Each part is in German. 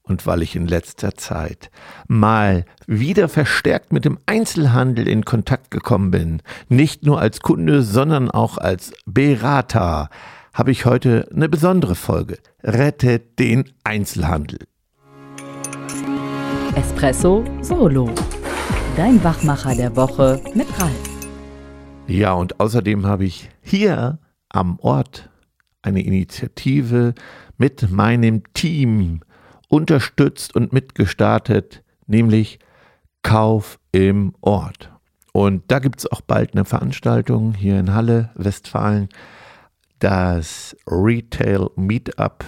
und weil ich in letzter Zeit mal wieder verstärkt mit dem Einzelhandel in Kontakt gekommen bin, nicht nur als Kunde, sondern auch als Berater, habe ich heute eine besondere Folge. Rettet den Einzelhandel. Espresso Solo. Dein Wachmacher der Woche mit Ralf. Ja, und außerdem habe ich hier am Ort eine Initiative mit meinem Team unterstützt und mitgestartet, nämlich Kauf im Ort. Und da gibt es auch bald eine Veranstaltung hier in Halle, Westfalen, das Retail Meetup.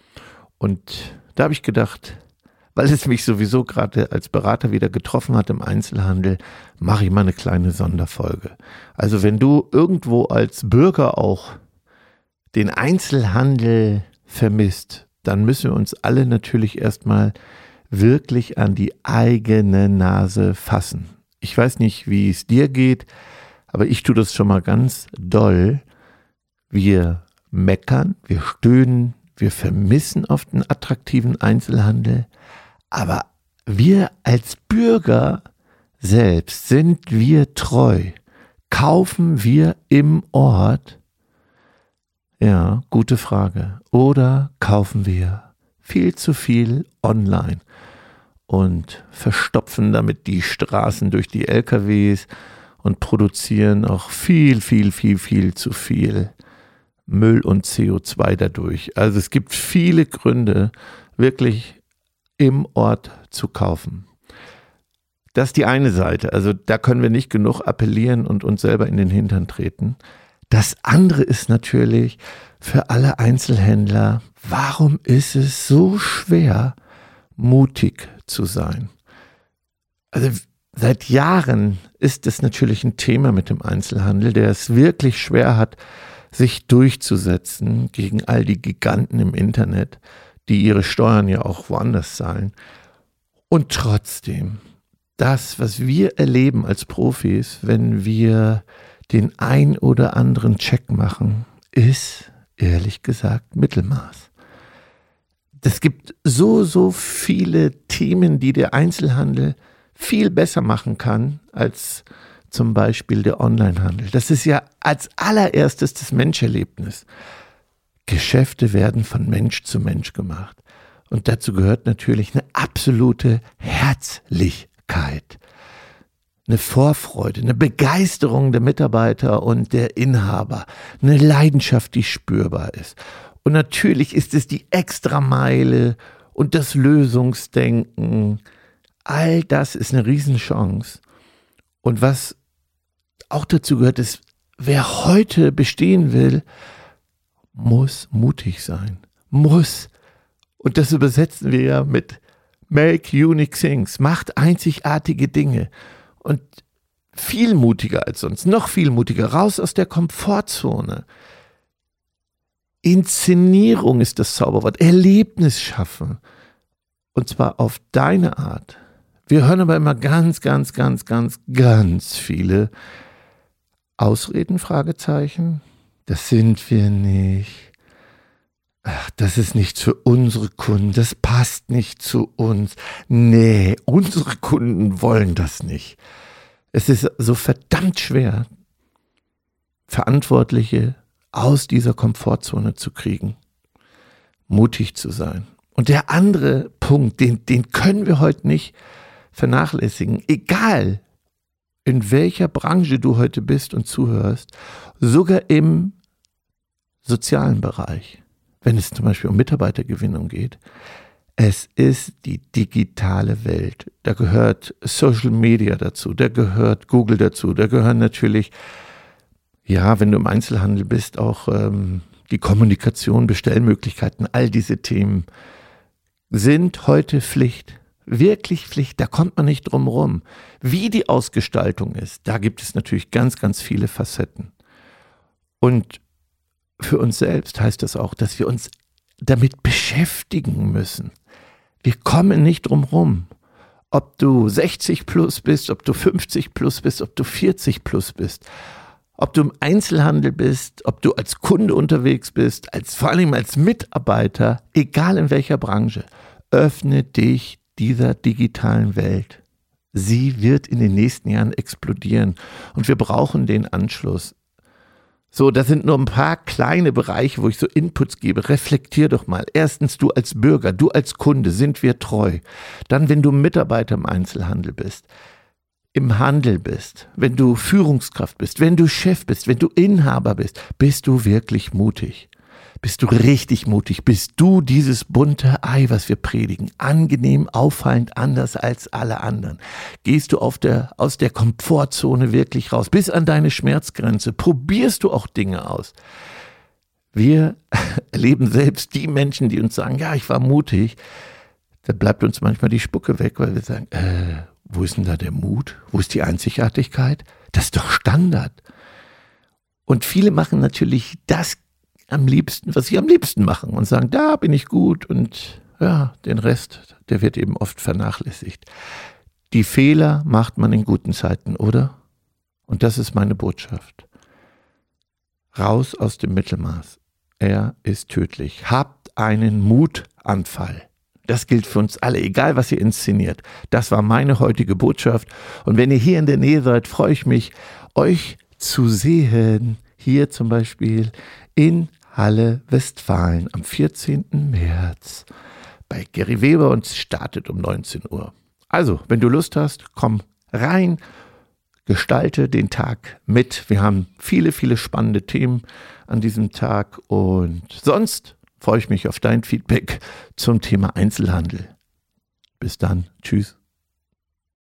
Und da habe ich gedacht, weil es mich sowieso gerade als Berater wieder getroffen hat im Einzelhandel, mache ich mal eine kleine Sonderfolge. Also wenn du irgendwo als Bürger auch den Einzelhandel vermisst, dann müssen wir uns alle natürlich erstmal wirklich an die eigene Nase fassen. Ich weiß nicht, wie es dir geht, aber ich tue das schon mal ganz doll. Wir meckern, wir stöhnen, wir vermissen oft einen attraktiven Einzelhandel, aber wir als Bürger selbst, sind wir treu? Kaufen wir im Ort? Ja, gute Frage. Oder kaufen wir viel zu viel online und verstopfen damit die Straßen durch die LKWs und produzieren auch viel zu viel Müll und CO2 dadurch. Also es gibt viele Gründe, wirklich im Ort zu kaufen. Das ist die eine Seite. Also da können wir nicht genug appellieren und uns selber in den Hintern treten. Das andere ist natürlich für alle Einzelhändler, warum ist es so schwer, mutig zu sein? Also seit Jahren ist es natürlich ein Thema mit dem Einzelhandel, der es wirklich schwer hat, sich durchzusetzen gegen all die Giganten im Internet, die ihre Steuern ja auch woanders zahlen. Und trotzdem, das, was wir erleben als Profis, wenn wir den ein oder anderen Check machen, ist, ehrlich gesagt, Mittelmaß. Es gibt so viele Themen, die der Einzelhandel viel besser machen kann als zum Beispiel der Onlinehandel. Das ist ja als allererstes das Menscherlebnis. Geschäfte werden von Mensch zu Mensch gemacht. Und dazu gehört natürlich eine absolute Herzlichkeit. Eine Vorfreude, eine Begeisterung der Mitarbeiter und der Inhaber, eine Leidenschaft, die spürbar ist. Und natürlich ist es die Extrameile und das Lösungsdenken. All das ist eine Riesenchance. Und was auch dazu gehört, ist, wer heute bestehen will, muss mutig sein. Muss. Und das übersetzen wir ja mit Make Unique Things. Macht einzigartige Dinge. Und viel mutiger als sonst, noch viel mutiger, raus aus der Komfortzone. Inszenierung ist das Zauberwort, Erlebnis schaffen. Und zwar auf deine Art. Wir hören aber immer ganz viele Ausreden, Fragezeichen. Das sind wir nicht. Ach, das ist nichts für unsere Kunden, das passt nicht zu uns. Nee, unsere Kunden wollen das nicht. Es ist so verdammt schwer, Verantwortliche aus dieser Komfortzone zu kriegen, mutig zu sein. Und der andere Punkt, den können wir heute nicht vernachlässigen, egal in welcher Branche du heute bist und zuhörst, sogar im sozialen Bereich. Wenn es zum Beispiel um Mitarbeitergewinnung geht, es ist die digitale Welt. Da gehört Social Media dazu, da gehört Google dazu, da gehören natürlich, ja, wenn du im Einzelhandel bist, auch die Kommunikation, Bestellmöglichkeiten, all diese Themen sind heute Pflicht. Wirklich Pflicht, da kommt man nicht drum rum. Wie die Ausgestaltung ist, da gibt es natürlich ganz viele Facetten. Und für uns selbst heißt das auch, dass wir uns damit beschäftigen müssen. Wir kommen nicht drum rum. Ob du 60 plus bist, ob du 50 plus bist, ob du 40 plus bist, ob du im Einzelhandel bist, ob du als Kunde unterwegs bist, vor allem als Mitarbeiter, egal in welcher Branche. öffne dich dieser digitalen Welt. Sie wird in den nächsten Jahren explodieren und wir brauchen den Anschluss. So, das sind nur ein paar kleine Bereiche, wo ich so Inputs gebe. Reflektier doch mal. Erstens, du als Bürger, du als Kunde, sind wir treu? Dann, wenn du Mitarbeiter im Einzelhandel bist, im Handel bist, wenn du Führungskraft bist, wenn du Chef bist, wenn du Inhaber bist du wirklich mutig? Bist du richtig mutig? Bist du dieses bunte Ei, was wir predigen? Angenehm, auffallend, anders als alle anderen. Gehst du aus der Komfortzone wirklich raus? Bis an deine Schmerzgrenze? Probierst du auch Dinge aus? Wir erleben selbst die Menschen, die uns sagen, ja, ich war mutig. Da bleibt uns manchmal die Spucke weg, weil wir sagen, wo ist denn da der Mut? Wo ist die Einzigartigkeit? Das ist doch Standard. Und viele machen natürlich das am liebsten, was sie am liebsten machen und sagen, da bin ich gut und ja, den Rest, der wird eben oft vernachlässigt. Die Fehler macht man in guten Zeiten, oder? Und das ist meine Botschaft. Raus aus dem Mittelmaß. Er ist tödlich. Habt einen Mutanfall. Das gilt für uns alle, egal was ihr inszeniert. Das war meine heutige Botschaft. Und wenn ihr hier in der Nähe seid, freue ich mich, euch zu sehen. Hier zum Beispiel in Halle Westfalen am 14. März bei Gary Weber und es startet um 19 Uhr. Also, wenn du Lust hast, komm rein, gestalte den Tag mit. Wir haben viele, viele spannende Themen an diesem Tag und sonst freue ich mich auf dein Feedback zum Thema Einzelhandel. Bis dann. Tschüss.